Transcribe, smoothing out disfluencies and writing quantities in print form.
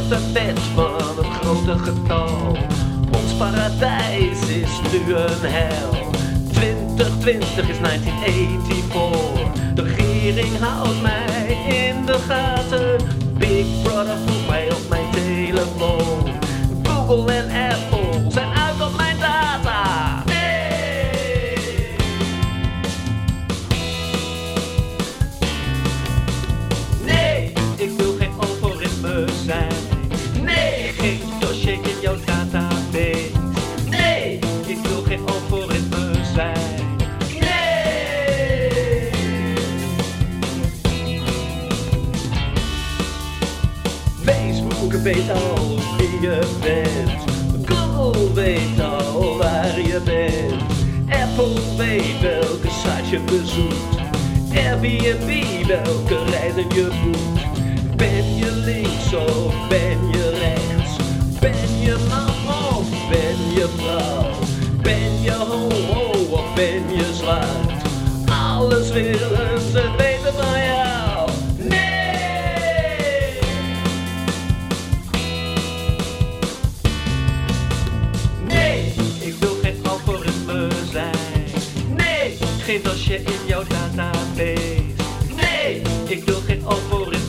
grote wet van het grote getal. Ons paradijs is nu een hel. 2020 is 1984. De regering houdt mij in de gaten. Big Brother voelt mij op mijn telefoon. Google en Apple zijn uit op mijn data. Nee! Nee, ik wil geen algoritme zijn. Nee, geen dossier in jouw database. Nee, ik wil geen algoritme zijn. Nee! Facebook weet al wie je bent. Google weet al waar je bent. Apple weet welke site je bezoekt. Airbnb welke reizen je boekt. Ben je links of ben je rechts? Ben je man of ben je vrouw? Ben je homo of ben je zwart? Alles willen ze weten van jou. Nee! Nee, ik wil geen algoritme zijn. Nee, geen dossier in jouw database. Nee, ik wil geen algoritme